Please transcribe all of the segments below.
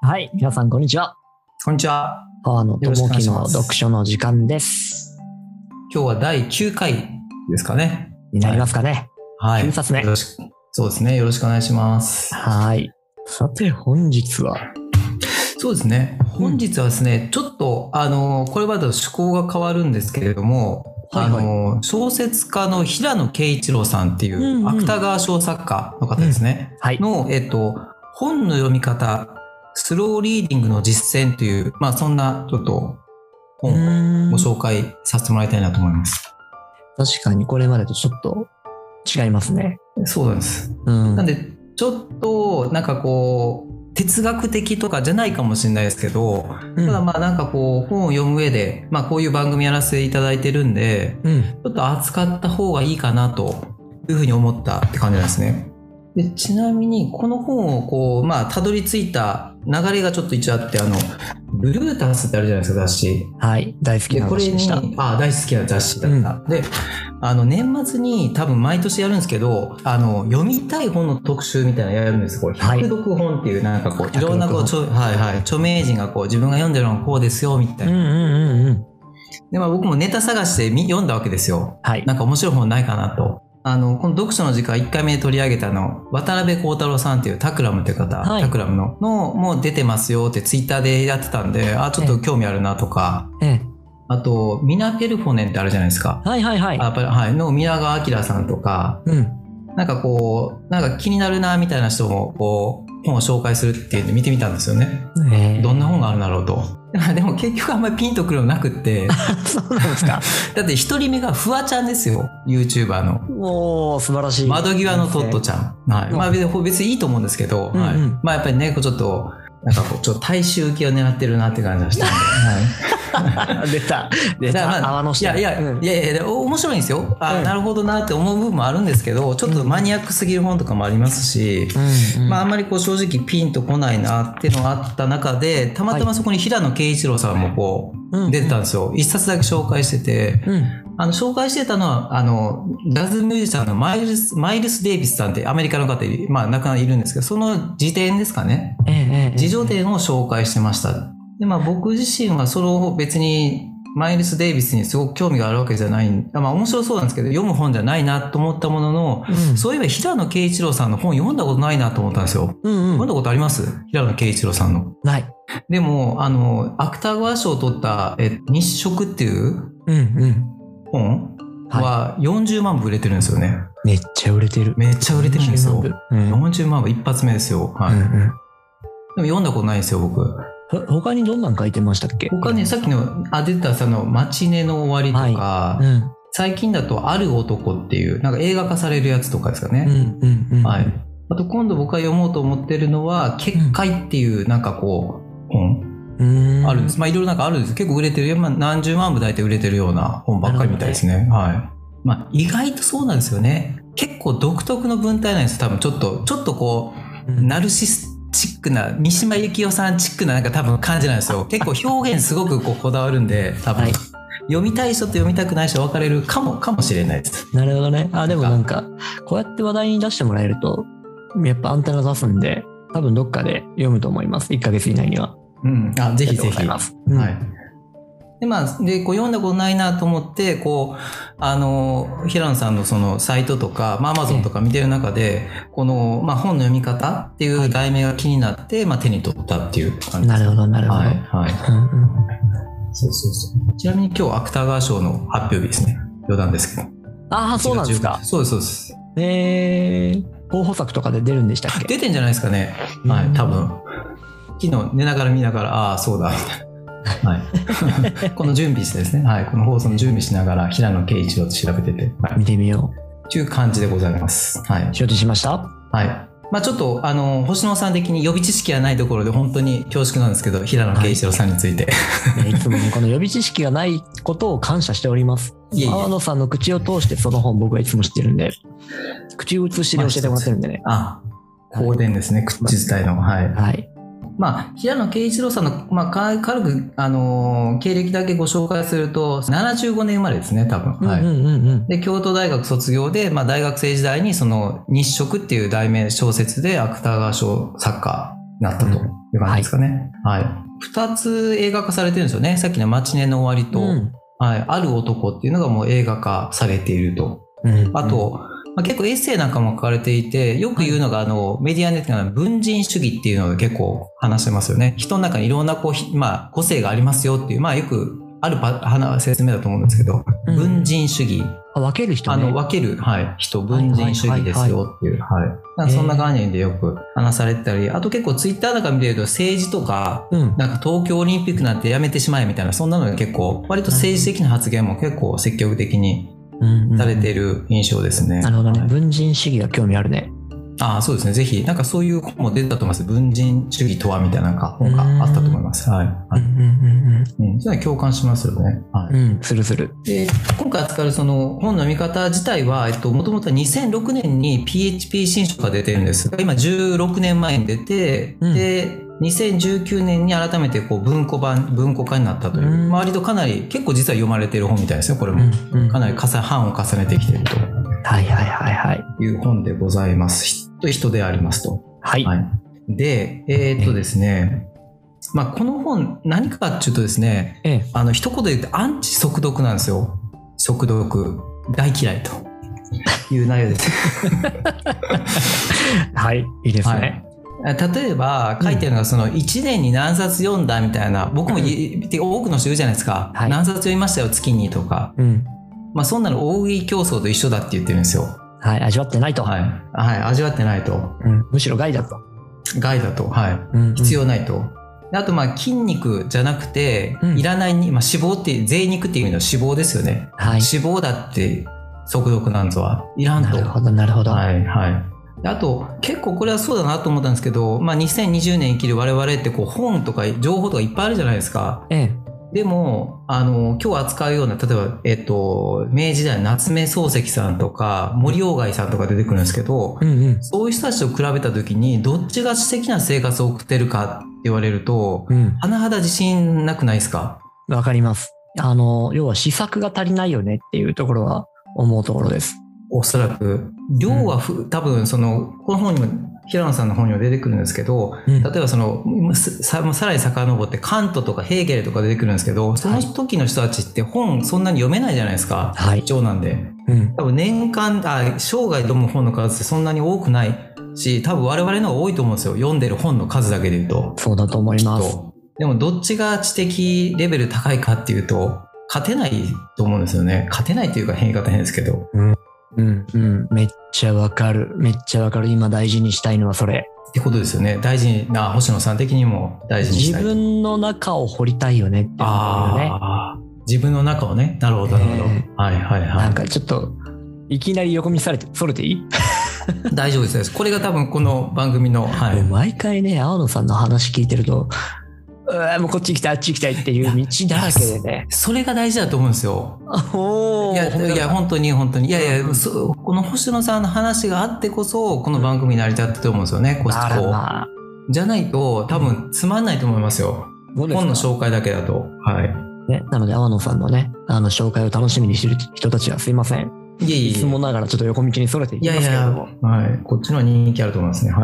はい、皆さんこんにちは。 こんにちは。 川野智樹の読書の時間です。 今日は第9回ですかね。 になりますかね。 はい。 9冊目。 そうですね。よろしくお願いします。 はい。さて本日は。 そうですね。本日はですね、ちょっとこれまでと趣向が変わるんですけれども、小説家の平野啓一郎さんっていう芥川賞作家の方ですね。 はい。 の本の読み方、スローリーディングの実践という、そんなちょっと本をご紹介させてもらいたいなと思います。 確かにこれまでとちょっと違いますね。 そうなんです。なんでちょっとなんか哲学的とかじゃないかもしれないですけど、ただなんか本を読む上で、こういう番組やらせていただいてるんで、ちょっと扱った方がいいかなというふうに思ったって感じなんですね。でちなみにこの本をたどり着いた流れがちょっと一応あって、ブルータスってあるじゃないですか、雑誌。 はい、大好きな雑誌でした。 大好きな雑誌だった。で年末に多分毎年やるんですけど、読みたい本の特集みたいなのやるんです。これ100読本っていうなんかいろんな著名人が自分が読んでるのはこうですよみたいな。で僕もネタ探して読んだわけですよ。なんか面白い本ないかなと。この読書の時間1回目で取り上げた渡辺幸太郎さんっていうタクラムっていう方、タクラムのもう出てますよってツイッターでやってたんで、ちょっと興味あるなとか、あとミナ・ペルフォネンってあるじゃないですか。の宮川明さんとか、なんかなんか気になるなみたいな人も本を紹介するっていうんで見てみたんですよね。どんな本があるんだろうと。でも結局あんまりピンとくるのなくってそうなんですか。 だって一人目がフワちゃんですよ、 YouTuber の。 おー、素晴らしい。 窓際のトットちゃん。別にいいと思うんですけど、やっぱりねちょっとなんかちょっと大衆受けを狙ってるなって感じがしたんで、 出た泡の下。 いや面白いんですよ。なるほどなって思う部分もあるんですけど、ちょっとマニアックすぎる本とかもありますし、あんまり正直ピンとこないなっていうのがあった中で、たまたまそこに平野啓一郎さんも出てたんですよ。一冊だけ紹介してて、紹介してたのはジャズミュージシャンのマイルス・デイビスさんってアメリカの方なかなかいるんですけど、その辞典ですかね、自叙伝を紹介してました。で僕自身は別にマイルス・デイビスにすごく興味があるわけじゃない、面白そうなんですけど読む本じゃないなと思ったものの、そういえば平野啓一郎さんの本読んだことないなと思ったんですよ。読んだことあります？平野啓一郎さんの。 ない。 でも芥川賞を取った日食っていう本は40万部売れてるんですよね。 めっちゃ売れてる。 めっちゃ売れてるんですよ。40万部一発目ですよ。でも読んだことないんですよ、僕。 他にどんなん書いてましたっけ？ 他にさっきの出てたマチネの終わりとか、最近だとある男っていうなんか映画化されるやつとかですかね。あと今度僕が読もうと思ってるのは結界っていうなんか本あるんです。いろいろなんかあるんです。結構売れてる、何十万部大体売れてるような本ばっかりみたいですね。意外とそうなんですよね。結構独特の文体なんです。多分ちょっとナルシスチックな、三島由紀夫さんチックななんか多分感じなんですよ。結構表現すごくこだわるんで、多分、読みたい人と読みたくない人分かれるかもしれないです。 なるほどね。でもなんかこうやって話題に出してもらえるとやっぱアンテナ出すんで、多分どっかで読むと思います。1ヶ月以内には。 ぜひぜひ。で読んだことないなと思って平野さんのそのサイトとかAmazon とか見てる中で本の読み方っていう題名が気になって、手に取ったっていう感じです。 なるほどなるほど。 そうちなみに今日芥川賞の発表日ですね。余談ですけど。 そうなんですか。 そうです候補作とかで出るんでしたっけ？ 出てんじゃないですかね。多分昨日寝ながら見ながらそうだみたいな。この準備してですね、この放送の準備しながら平野啓一郎と調べてて、 見てみようという感じでございます。 承知しました。 ちょっと星野さん的に予備知識がないところで本当に恐縮なんですけど、平野啓一郎さんについて、 いつもこの予備知識がないことを感謝しております。川野さんの口を通してその本僕はいつも知ってるんで、口を移しで教えてもらってるんでね。 香典ですね、口自体の。平野啓一郎さんの、軽く、経歴だけご紹介すると、75年生まれですね、多分。で、京都大学卒業で、大学生時代にその日食っていう題名小説で芥川賞作家なったという感じですかね。はい。二つ映画化されてるんですよね。さっきのマチネの終わりと、はい、ある男っていうのがもう映画化されていると。あと、結構エッセイなんかも書かれていて、よく言うのがメディアネットの文人主義っていうのを結構話してますよね。人の中にいろんな個性がありますよっていう、よくある説明だと思うんですけど、文人主義。 分ける人ね。 分ける、人、文人主義ですよっていう、そんな概念でよく話されてたり、あと結構ツイッターなんか見てると政治とか、なんか東京オリンピックなんてやめてしまえみたいな、そんなのが結構、割と政治的な発言も結構積極的にされている印象ですね。 なるほどね。文人主義が興味あるね。 そうですね。ぜひ、なんかそういう本も出たと思います。文人主義とはみたいな本があったと思います。はい。それは共感しますよね。 する。 で、今回扱うその本の見方自体は、もともと2006年に PHP 新書が出てるんですが、今16年前に出て、で、2019年に改めて文庫化になったという、割とかなり、結構実は読まれている本みたいですよ、これも。かなり版を重ねてきていると。いう本でございます。人でありますと。で、ですね、この本何かっていうとですね、一言で言ってアンチ速読なんですよ。速読大嫌いという内容です。 いいですね。 例えば書いてるのが1年に何冊読んだみたいな、僕も多くの人言うじゃないですか。何冊読みましたよ月にとか。そんなの大食い競争と一緒だって言ってるんですよ。 味わってないと。 味わってないと。 むしろ害だと。 必要ないと。あと筋肉じゃなくて、いらない脂肪って、贅肉っていう意味の脂肪ですよね。脂肪だって速読なんぞはいらんと。 なるほど。 あと結構これはそうだなと思ったんですけど、2020年生きる我々って本とか情報とかいっぱいあるじゃないですか。でも今日扱うような、例えば明治時代の夏目漱石さんとか森鴎外さんとか出てくるんですけど、そういう人たちと比べた時にどっちが知的な生活を送ってるかって言われると、甚だ自信なくないですか？ わかります。要は施策が足りないよねっていうところは思うところです。 おそらく量は多分この本にも平野さんの本にも出てくるんですけど、例えばさらに遡ってカントとかヘーゲルとか出てくるんですけど、その時の人たちって本そんなに読めないじゃないですか。貴重なんで。多分生涯読む本の数ってそんなに多くないし、多分我々の方が多いと思うんですよ。読んでる本の数だけで言うと。 そうだと思います。 でもどっちが知的レベル高いかっていうと、勝てないと思うんですよね。勝てないっていうか変ですけど。 めっちゃわかる。今大事にしたいのはそれ。 ってことですよね。大事に、星野さん的にも大事にしたい。 自分の中を掘りたいよねっていうのね。 自分の中をね。なるほど。 なんかちょっと、いきなり横見されて、それていい？ 大丈夫です。これが多分この番組の、 毎回ね、青野さんの話聞いてると、もうこっち行きたいあっち行きたいっていう道だらけでね。 それが大事だと思うんですよ。いや本当にいやこの星野さんの話があってこそこの番組に成り立ってると思うんですよね。じゃないと多分つまんないと思いますよ。本の紹介だけだと。 なので天野さんのね紹介を楽しみにしてる人たちはすいません。いつもながらちょっと横道にそれていきますけれども。 こっちの人気あると思いますね。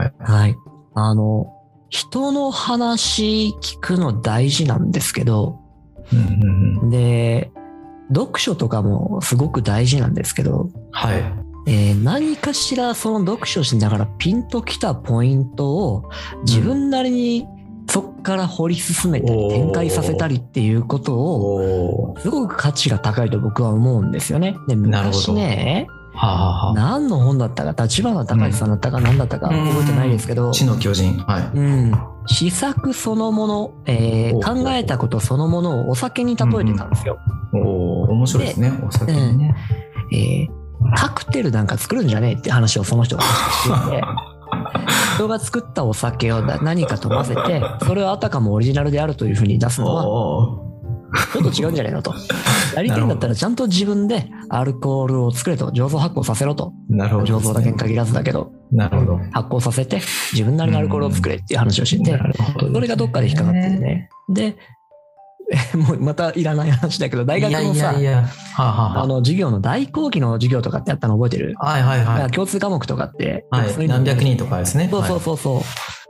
人の話聞くの大事なんですけど、で、読書とかもすごく大事なんですけど、何かしらその読書しながらピンときたポイントを自分なりにそこから掘り進めたり展開させたりっていうことをすごく価値が高いと僕は思うんですよね。で、昔ね、何の本だったか、立花隆さんだったか何だったか覚えてないですけど、 知の巨人、 思索そのもの、考えたことそのものをお酒に例えてたんですよ。 面白いですね、お酒にね。 カクテルなんか作るんじゃねえって話をその人がしていて、人が作ったお酒を何かと混ぜて、それをあたかもオリジナルであるというふうに出すのはちょっと違うんじゃないのと。やりたいんだったらちゃんと自分でアルコールを作れと、醸造発酵させろと。醸造だけに限らずだけど、発酵させて自分なりのアルコールを作れっていう話をしてて、それがどっかで引っかかっててね。で、もうまたいらない話だけど、大学のさ、授業の大講義の授業とかってやったの覚えてる？共通科目とかって、 何百人とかですね。 そう。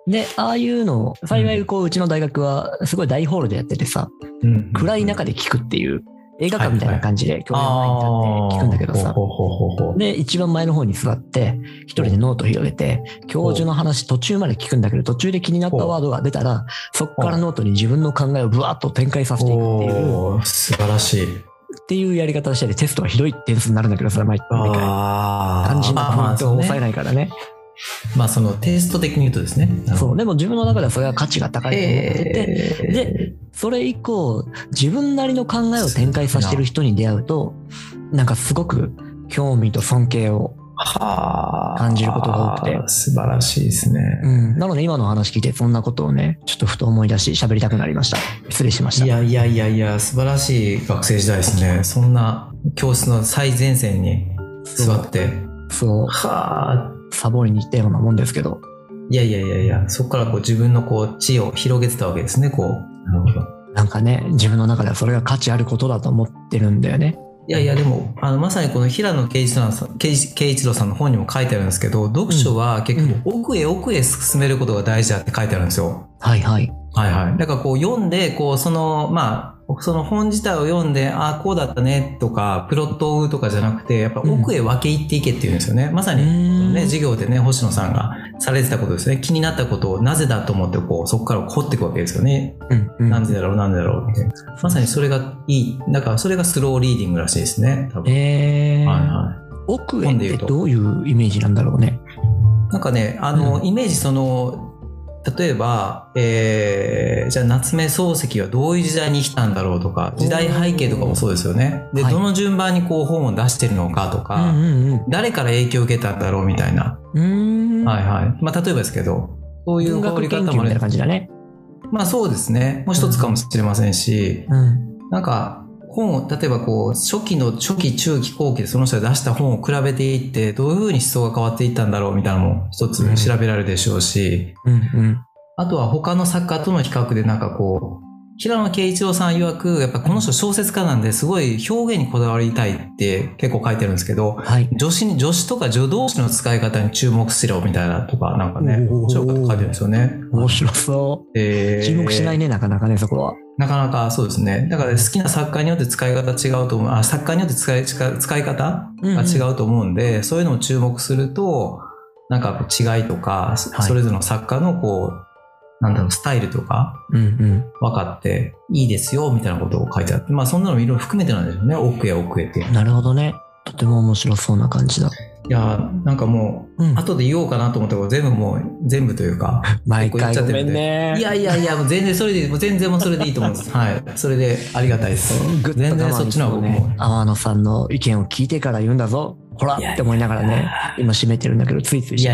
で、ああいうのを、幸いこう、うちの大学はすごい大ホールでやっててさ、暗い中で聞くっていう、映画館みたいな感じで教員の前に立って聞くんだけどさ、で、一番前の方に座って、一人でノート広げて、教授の話途中まで聞くんだけど、途中で気になったワードが出たら、そっからノートに自分の考えをブワーッと展開させていくっていう。 素晴らしい。 っていうやり方をしてて、テストはひどい点数になるんだけどさ、毎回。肝心なポイントを抑えないからね。 まあそのテスト的に言うとですね。 そう。でも自分の中ではそれは価値が高いと思ってて、で、それ以降、自分なりの考えを展開させてる人に出会うと、なんかすごく興味と尊敬を感じることが多くて。 素晴らしいですね。 なので今の話聞いてそんなことをね、ちょっとふと思い出し喋りたくなりました。失礼しました。 いや、素晴らしい学生時代ですね。そんな教室の最前線に座って。 そう。サボりに行ったようなもんですけど。 いや、そこからこう自分のこう知を広げてたわけですね、こう。なるほど。 なんかね、自分の中ではそれが価値あることだと思ってるんだよね。 いやでもまさにこの平野啓一郎さんの本にも書いてあるんですけど、読書は結局奥へ進めることが大事だって書いてあるんですよ。はいはい。だからこう読んで、こうその本自体を読んで、こうだったねとか、プロットを追うとかじゃなくて、やっぱ奥へ分け入っていけっていうんですよね。まさにね、授業でね、星野さんがされてたことですね。気になったことをなぜだと思って、こう、そこから掘っていくわけですよね。なんでだろうって。まさにそれがいい。だからそれがスローリーディングらしいですね。多分。 奥へってどういうイメージなんだろうね。 なんかね、イメージ例えば、じゃあ夏目漱石はどういう時代に生きたんだろうとか、時代背景とかもそうですよね。で、どの順番にこう本を出してるのかとか、誰から影響を受けたんだろうみたいな。まあ例えばですけど、そういう文学研究みたいな感じだね。 まあそうですね。もう一つかもしれませんし、なんか本を例えばこう初期、中期、後期でその人が出した本を比べていって、どういうふうに思想が変わっていったんだろうみたいなのも一つ調べられるでしょうし、あとは他の作家との比較でなんかこう、平野啓一郎さん曰く、やっぱこの人小説家なんですごい表現にこだわりたいって結構書いてるんですけど、助詞とか助動詞の使い方に注目しろみたいなとか、なんかね、書いてるんですよね。 面白そう。注目しないね、なかなかね、そこは。 なかなかそうですね。だから好きな作家によって使い方違うと思う。作家によって使い方が違うと思うんで、そういうのを注目すると、なんか違いとか、それぞれの作家のこう、スタイルとか、分かっていいですよ、みたいなことを書いてあって、まあそんなのいろいろ含めてなんでしょうね。奥へって。 なるほどね。とても面白そうな感じだ。 いや、なんかもう、後で言おうかなと思ったけど、全部というか、 毎回ごめんね。 いや、もう全然それでいい。もう全然それでいいと思うんです。はい。それでありがたいです。全然そっちの方が僕も。 天野さんの意見を聞いてから言うんだぞ。ほらって思いながらね、今締めてるんだけど、ついつい。 いや。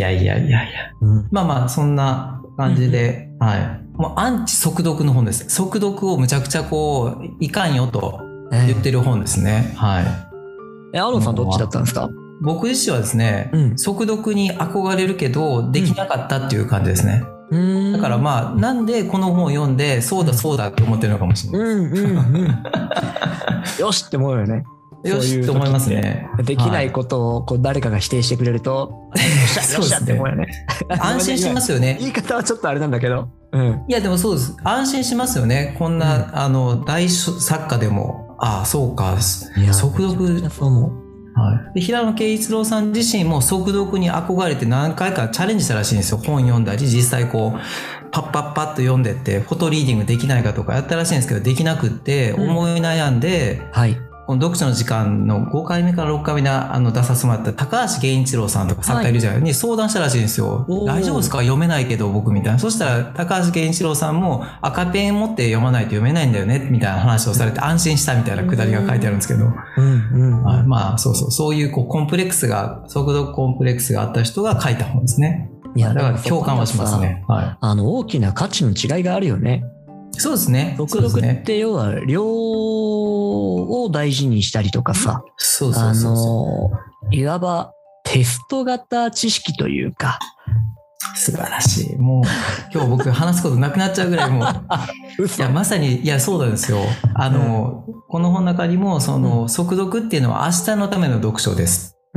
まあ、そんな感じで、もうアンチ速読の本です。速読をむちゃくちゃこう、いかんよと言ってる本ですね。 天野さんどっちだったんですか？ 僕自身はですね、速読に憧れるけど、できなかったっていう感じですね。だからまあ、なんでこの本を読んで、そうだって思ってるのかもしれないです。 よしって思うよね。 よしって思いますね。 できないことをこう誰かが否定してくれると、よっしゃって思うよね。 安心しますよね。 言い方はちょっとあれなんだけど。 いやでもそうです。安心しますよね。こんな、大作家でも、そうか、速読。で平野啓一郎さん自身も速読に憧れて何回かチャレンジしたらしいんですよ。本読んだり、実際こう、パッと読んでって、フォトリーディングできないかとかやったらしいんですけど、できなくって、思い悩んで、この読書の時間の5回目から6回目で出させてもらった高橋源一郎さんとか作家いるじゃないに相談したらしいんですよ。大丈夫ですか？読めないけど僕みたいな。そしたら高橋源一郎さんも赤ペン持って読まないと読めないんだよねみたいな話をされて安心したみたいなくだりが書いてあるんですけど。まあそういうこう速読コンプレックスがあった人が書いた本ですね。だから共感はしますね。 大きな価値の違いがあるよね。 そうですね。 速読って要は量を大事にしたりとかさ、いわばテスト型知識というか。 素晴らしい。もう今日僕話すことなくなっちゃうぐらいもういやまさにそうなんですよ。この本の中にも速読っていうのは明日のための読書です。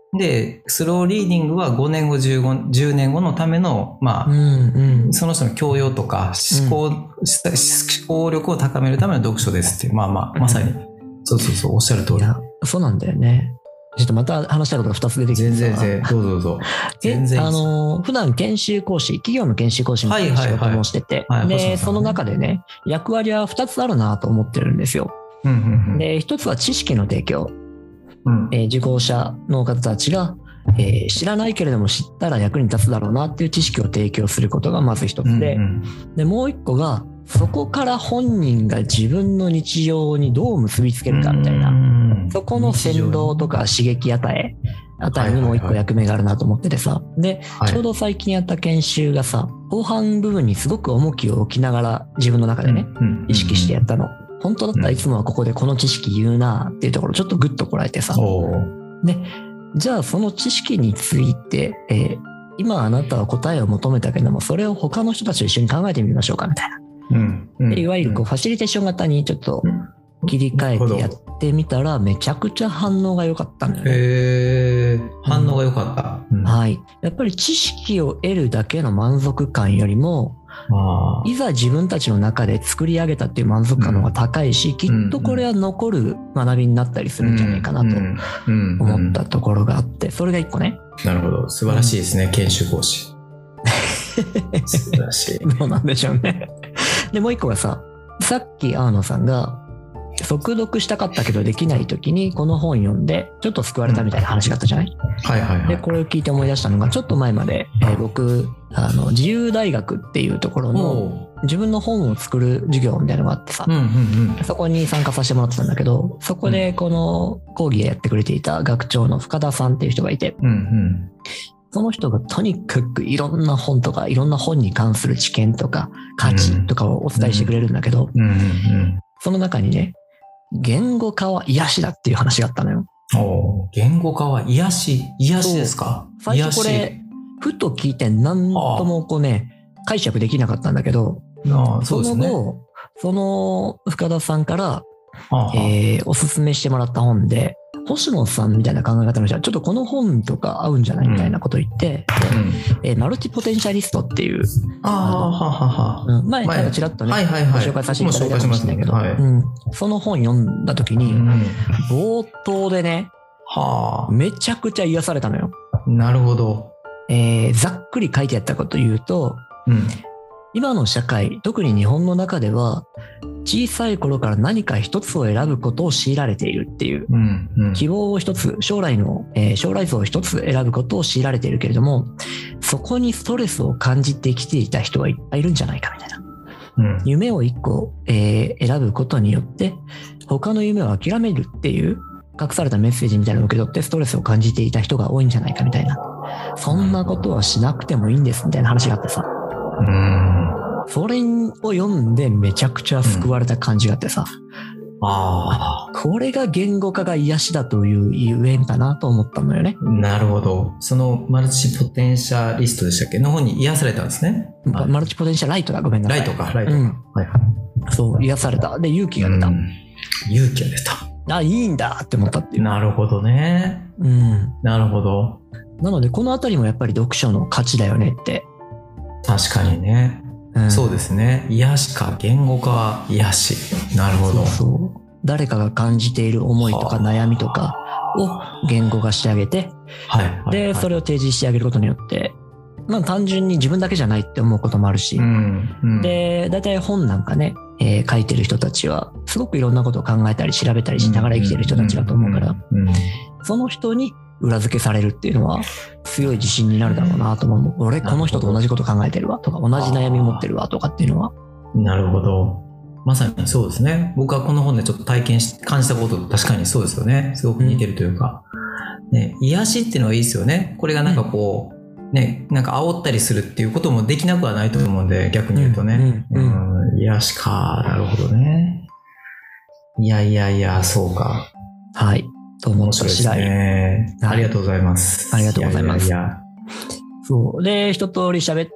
で、スローリーディングは5年後、10年後のための、まあ、その人の教養とか思考力を高めるための読書ですっていう、まさに、そうそうそう、おっしゃる通り。 そうなんだよね。ちょっとまた話したいことが2つ出てきて。 全然、どうぞ。全然。 普段研修講師、企業の研修講師みたいな仕事もしてて、で、その中でね、役割は2つあるなと思ってるんですよ。で、1つは知識の提供。受講者の方たちが、知らないけれども知ったら役に立つだろうなっていう知識を提供することがまず1つで、で、もう1個が、そこから本人が自分の日常にどう結びつけるかみたいな、そこの先導とか刺激与えにもう一個役目があるなと思っててさ。で、ちょうど最近やった研修がさ、後半部分にすごく重きを置きながら自分の中でね、意識してやったの。本当だったらいつもはここでこの知識言うなっていうところちょっとグッとこらえてさ。で、じゃあその知識について、今あなたは答えを求めたけども、それを他の人たちと一緒に考えてみましょうかみたいな。でいわゆるこうファシリテーション型にちょっと切り替えてやってみたらめちゃくちゃ反応が良かったんだよね。 反応が良かった。 はい。やっぱり知識を得るだけの満足感よりも、いざ自分たちの中で作り上げたっていう満足感の方が高いし、きっとこれは残る学びになったりするんじゃないかなと思ったところがあって、それが一個ね。 なるほど。素晴らしいですね、研修講師。素晴らしい。 どうなんでしょうね。で、もう一個がさ、さっき青野さんが速読したかったけどできない時にこの本読んでちょっと救われたみたいな話があったじゃない？で、これを聞いて思い出したのが、ちょっと前まで、僕自由大学っていうところの自分の本を作る授業みたいなのがあってさ、そこに参加させてもらってたんだけど、そこでこの講義をやってくれていた学長の深田さんっていう人がいて、その人がとにかくいろんな本とかいろんな本に関する知見とか価値とかをお伝えしてくれるんだけど、その中にね、言語化は癒しだっていう話があったのよ。 言語化は癒しですか？ 最初これふと聞いて何ともこうね解釈できなかったんだけど、その後その深田さんからおすすめしてもらった本で、星野さんみたいな考え方の人はちょっとこの本とか合うんじゃないみたいなことを言って、マルチポテンシャリストっていう前なんかちらっとねご紹介させていただいたかもしれないけど、その本読んだ時に冒頭でねめちゃくちゃ癒されたのよ。 なるほど。 ざっくり書いてあったことを言うと、今の社会、特に日本の中では小さい頃から何か一つを選ぶことを強いられているっていう、希望を一つ、将来像を一つ選ぶことを強いられているけれども、そこにストレスを感じて生きていた人はいっぱいいるんじゃないかみたいな、夢を一個、選ぶことによって他の夢を諦めるっていう隠されたメッセージみたいなのを受け取ってストレスを感じていた人が多いんじゃないかみたいな、そんなことはしなくてもいいんですみたいな話があってさ、それを読んでめちゃくちゃ救われた感じがあってさ、これが言語化が癒しだというゆえんかなと思ったのよね。 なるほど。そのマルチポテンシャリストでしたっけの方に癒されたんですね。 マルチポテンシャライトだ、ごめんなさい。 ライトか。 そう、癒された。で、勇気が出た。 勇気が出た。 いいんだって思ったっていう。 なるほどね。なるほど。 なのでこのあたりもやっぱり読書の価値だよねって。 確かにね。そうですね。癒しか、言語化は癒し。なるほど。 そう誰かが感じている思いとか悩みとかを言語化してあげて、でそれを提示してあげることによって、単純に自分だけじゃないって思うこともあるし、でだいたい本なんかね、書いてる人たちはすごくいろんなことを考えたり調べたりしながら生きてる人たちだと思うから、その人に裏付けされるっていうのは強い自信になるだろうなと思う。俺この人と同じこと考えてるわとか、同じ悩み持ってるわとかっていうのは。 なるほど。まさにそうですね。僕はこの本でちょっと感じたことと確かにそうですよね。すごく似てるというか、癒しっていうのはいいですよね。これがなんかこう、なんか煽ったりするっていうこともできなくはないと思うんで、逆に言うとね。癒しか。なるほどね。いや、そうか。 はい。と思った次第。 ありがとうございます。 ありがとうございます。そう。で、一通り喋った、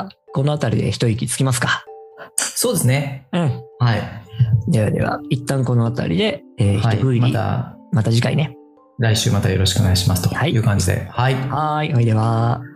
このあたりで一息つきますか。 そうですね。 はい。では、一旦このあたりで、一区切り。また次回ね。 来週またよろしくお願いしますという感じで。はい。 はい。おいでは。